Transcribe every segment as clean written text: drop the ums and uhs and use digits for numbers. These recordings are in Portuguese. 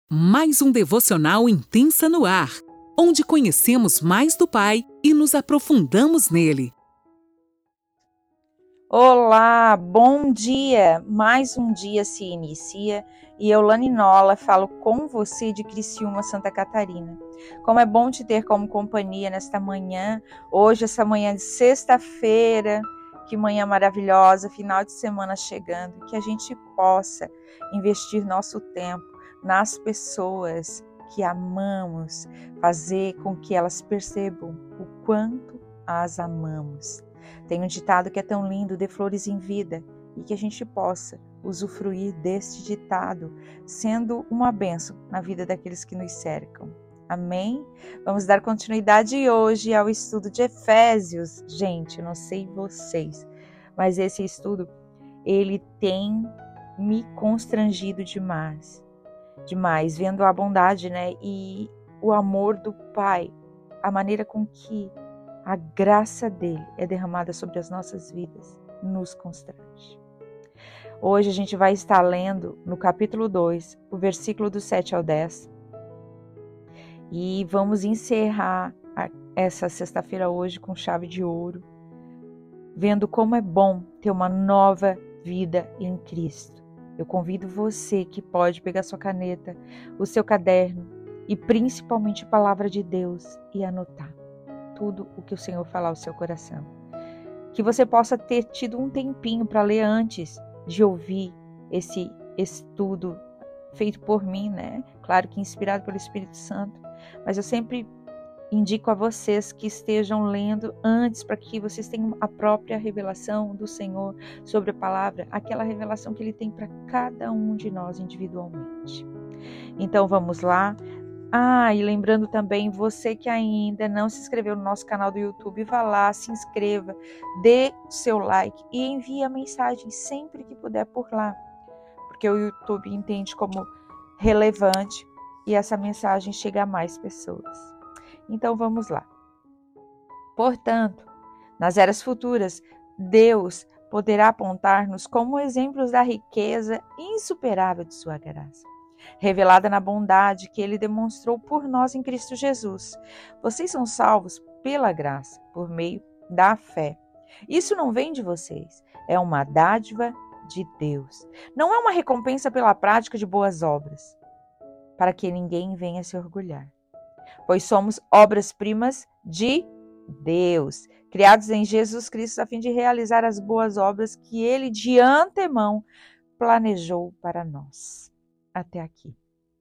Mais um devocional intensa no ar, onde conhecemos mais do Pai e nos aprofundamos nele. Olá, bom dia! Mais um dia se inicia e eu, Lani Nola, falo com você de Criciúma, Santa Catarina. Como é bom te ter como companhia nesta manhã, hoje, essa manhã de sexta-feira, que manhã maravilhosa, final de semana chegando, que a gente possa investir nosso tempo nas pessoas que amamos, fazer com que elas percebam o quanto as amamos. Tem um ditado que é tão lindo, dê flores em vida, e que a gente possa usufruir deste ditado, sendo uma bênção na vida daqueles que nos cercam. Amém? Vamos dar continuidade hoje ao estudo de Efésios. Gente, não sei vocês, mas esse estudo, ele tem me constrangido demais, vendo a bondade, e o amor do Pai, a maneira com que a graça dele é derramada sobre as nossas vidas, nos constrange. Hoje a gente vai estar lendo no capítulo 2, o versículo do 7 ao 10. E vamos encerrar essa sexta-feira hoje com chave de ouro, vendo como é bom ter uma nova vida em Cristo. Eu convido você que pode pegar sua caneta, o seu caderno e principalmente a palavra de Deus e anotar tudo o que o Senhor falar ao seu coração. Que você possa ter tido um tempinho para ler antes de ouvir esse estudo feito por mim, Claro que inspirado pelo Espírito Santo, mas eu sempre indico a vocês que estejam lendo antes para que vocês tenham a própria revelação do Senhor sobre a palavra, aquela revelação que Ele tem para cada um de nós individualmente. Então vamos lá. E lembrando também, você que ainda não se inscreveu no nosso canal do YouTube, vá lá, se inscreva, dê o seu like e envie a mensagem sempre que puder por lá, porque o YouTube entende como relevante e essa mensagem chega a mais pessoas. Então vamos lá. Portanto, nas eras futuras, Deus poderá apontar-nos como exemplos da riqueza insuperável de sua graça, revelada na bondade que Ele demonstrou por nós em Cristo Jesus. Vocês são salvos pela graça, por meio da fé. Isso não vem de vocês, é uma dádiva de Deus. Não é uma recompensa pela prática de boas obras, para que ninguém venha se orgulhar. Pois somos obras-primas de Deus, criados em Jesus Cristo a fim de realizar as boas obras que Ele de antemão planejou para nós. Até aqui.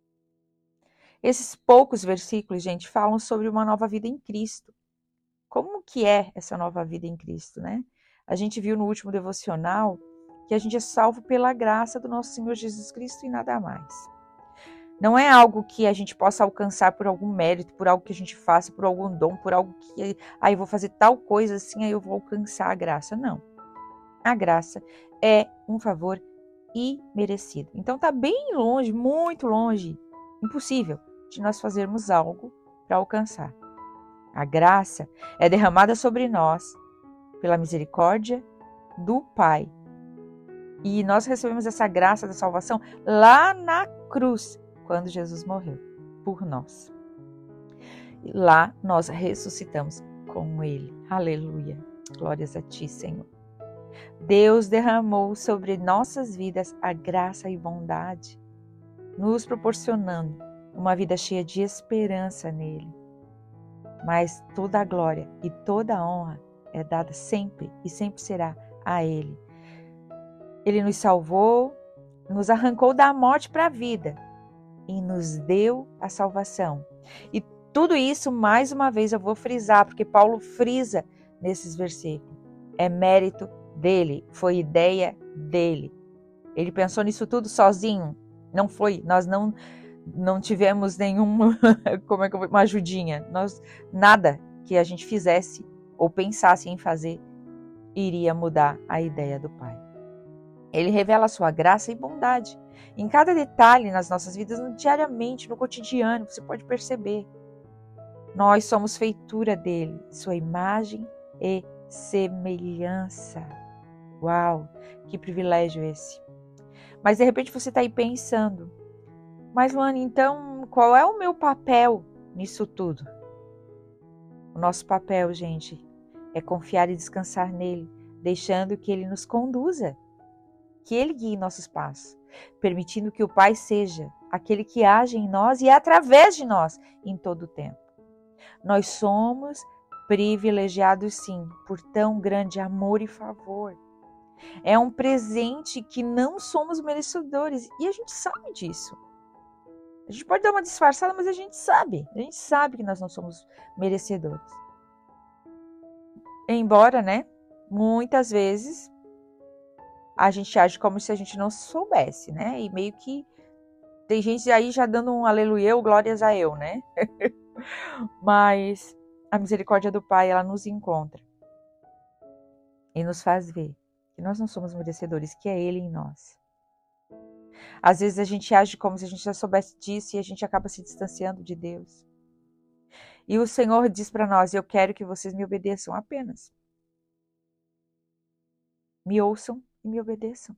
Esses poucos versículos, gente, falam sobre uma nova vida em Cristo. Como que é essa nova vida em Cristo, A gente viu no último devocional que a gente é salvo pela graça do nosso Senhor Jesus Cristo e nada mais. Não é algo que a gente possa alcançar por algum mérito, por algo que a gente faça, por algum dom, por algo que, eu vou fazer tal coisa assim, aí eu vou alcançar a graça. Não. A graça é um favor imerecido. Então está bem longe, muito longe, impossível de nós fazermos algo para alcançar. A graça é derramada sobre nós pela misericórdia do Pai. E nós recebemos essa graça da salvação lá na cruz, quando Jesus morreu por nós. E lá nós ressuscitamos com Ele. Aleluia. Glórias a Ti, Senhor. Deus derramou sobre nossas vidas a graça e bondade, nos proporcionando uma vida cheia de esperança nele. Mas toda a glória e toda a honra é dada sempre e sempre será a Ele. Ele nos salvou, nos arrancou da morte para a vida e nos deu a salvação. E tudo isso, mais uma vez, eu vou frisar, porque Paulo frisa nesses versículos. É mérito dele, foi ideia dele. Ele pensou nisso tudo sozinho? Não foi, nós não tivemos nenhuma, uma ajudinha. Nada que a gente fizesse ou pensasse em fazer iria mudar a ideia do Pai. Ele revela a sua graça e bondade em cada detalhe nas nossas vidas, diariamente, no cotidiano, você pode perceber. Nós somos feitura dele, sua imagem e semelhança. Uau, que privilégio esse. Mas de repente você está aí pensando, Mas, Lani, então, qual é o meu papel nisso tudo? O nosso papel, gente, é confiar e descansar nele, deixando que ele nos conduza, que ele guie nossos passos, permitindo que o Pai seja aquele que age em nós e através de nós em todo o tempo. Nós somos privilegiados, sim, por tão grande amor e favor. É um presente que não somos merecedores e a gente sabe disso. A gente pode dar uma disfarçada, mas a gente sabe que nós não somos merecedores. Embora, né, muitas vezes a gente age como se a gente não soubesse, né? E meio que tem gente aí já dando um aleluia, glórias a eu, né? Mas a misericórdia do Pai, ela nos encontra e nos faz ver que nós não somos merecedores, que é Ele em nós. Às vezes a gente age como se a gente já soubesse disso e a gente acaba se distanciando de Deus. E o Senhor diz para nós: eu quero que vocês me obedeçam apenas. Me ouçam e me obedeçam.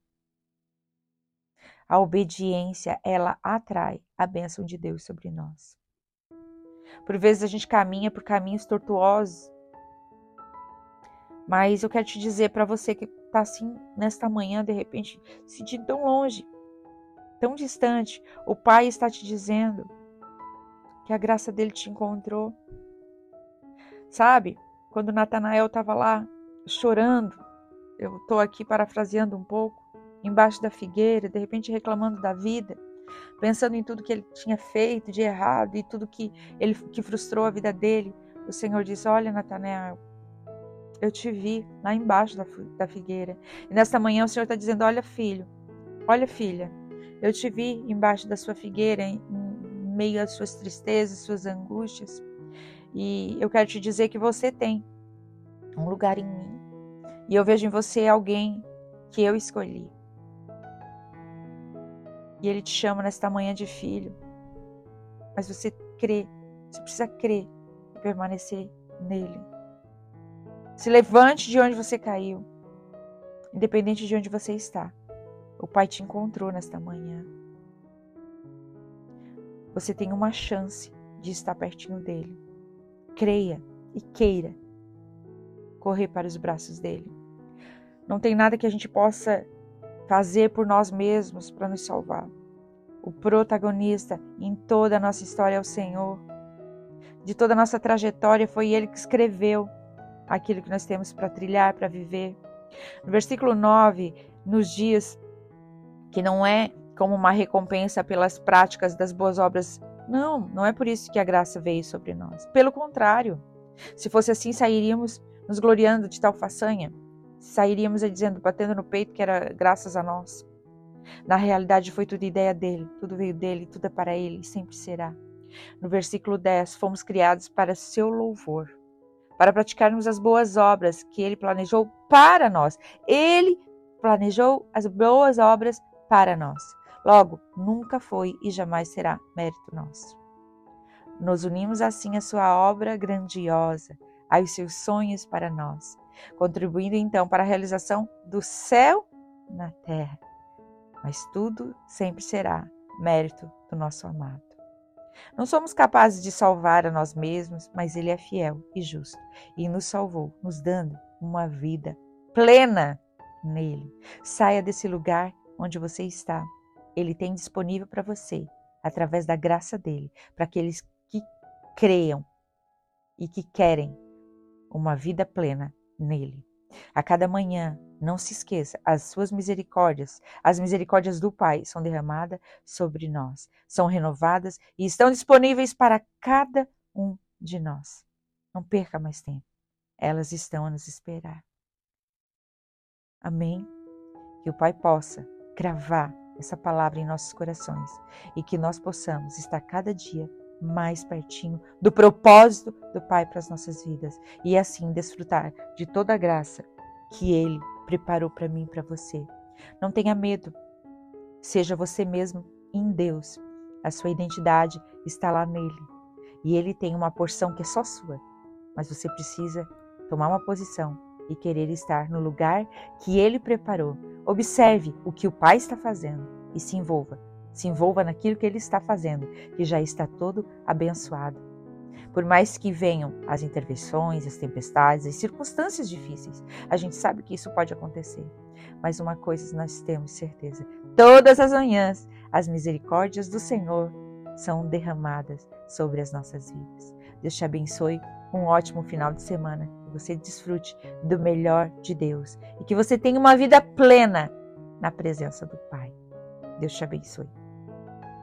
A obediência, ela atrai a bênção de Deus sobre nós. Por vezes a gente caminha por caminhos tortuosos, mas eu quero te dizer para você que está assim nesta manhã, de repente, se sentindo tão longe, tão distante, o Pai está te dizendo que a graça dele te encontrou. Sabe, quando Natanael estava lá chorando, eu estou aqui parafraseando um pouco, embaixo da figueira, de repente reclamando da vida, pensando em tudo que ele tinha feito de errado e tudo que frustrou a vida dele. O Senhor disse: olha, Natanael, eu te vi lá embaixo da figueira. E nesta manhã o Senhor está dizendo: olha, filho, olha, filha, eu te vi embaixo da sua figueira, em meio às suas tristezas, suas angústias. E eu quero te dizer que você tem um lugar em mim. E eu vejo em você alguém que eu escolhi. E Ele te chama nesta manhã de filho. Mas você crê, você precisa crer e permanecer nele. Se levante de onde você caiu, independente de onde você está. O Pai te encontrou nesta manhã. Você tem uma chance de estar pertinho dele. Creia e queira correr para os braços dele. Não tem nada que a gente possa fazer por nós mesmos para nos salvar. O protagonista em toda a nossa história é o Senhor. De toda a nossa trajetória foi Ele que escreveu aquilo que nós temos para trilhar, para viver. No versículo 9, nos diz que não é como uma recompensa pelas práticas das boas obras. Não é por isso que a graça veio sobre nós. Pelo contrário, se fosse assim, sairíamos nos gloriando de tal façanha. Sairíamos dizendo, batendo no peito que era graças a nós. Na realidade foi tudo ideia dele, tudo veio dele, tudo é para ele e sempre será. No versículo 10, fomos criados para seu louvor, para praticarmos as boas obras que ele planejou para nós. Ele planejou as boas obras para nós. Logo, nunca foi e jamais será mérito nosso. Nos unimos assim à sua obra grandiosa, aos seus sonhos para nós, contribuindo então para a realização do céu na terra. Mas tudo sempre será mérito do nosso amado. Não somos capazes de salvar a nós mesmos, mas Ele é fiel e justo e nos salvou, nos dando uma vida plena nele. Saia desse lugar onde você está. Ele tem disponível para você, através da graça dele, para aqueles que creiam e que querem uma vida plena nele. A cada manhã, não se esqueça, as suas misericórdias, as misericórdias do Pai são derramadas sobre nós, são renovadas e estão disponíveis para cada um de nós. Não perca mais tempo, elas estão a nos esperar. Amém? Que o Pai possa gravar essa palavra em nossos corações e que nós possamos estar cada dia mais pertinho do propósito do Pai para as nossas vidas e assim desfrutar de toda a graça que Ele preparou para mim e para você. Não tenha medo, seja você mesmo em Deus. A sua identidade está lá nele e Ele tem uma porção que é só sua, mas você precisa tomar uma posição e querer estar no lugar que Ele preparou. Observe o que o Pai está fazendo e se envolva Se envolva naquilo que Ele está fazendo, que já está todo abençoado. Por mais que venham as intervenções, as tempestades, as circunstâncias difíceis, a gente sabe que isso pode acontecer. Mas uma coisa nós temos certeza: todas as manhãs as misericórdias do Senhor são derramadas sobre as nossas vidas. Deus te abençoe, um ótimo final de semana, que você desfrute do melhor de Deus e que você tenha uma vida plena na presença do Pai. Deus te abençoe.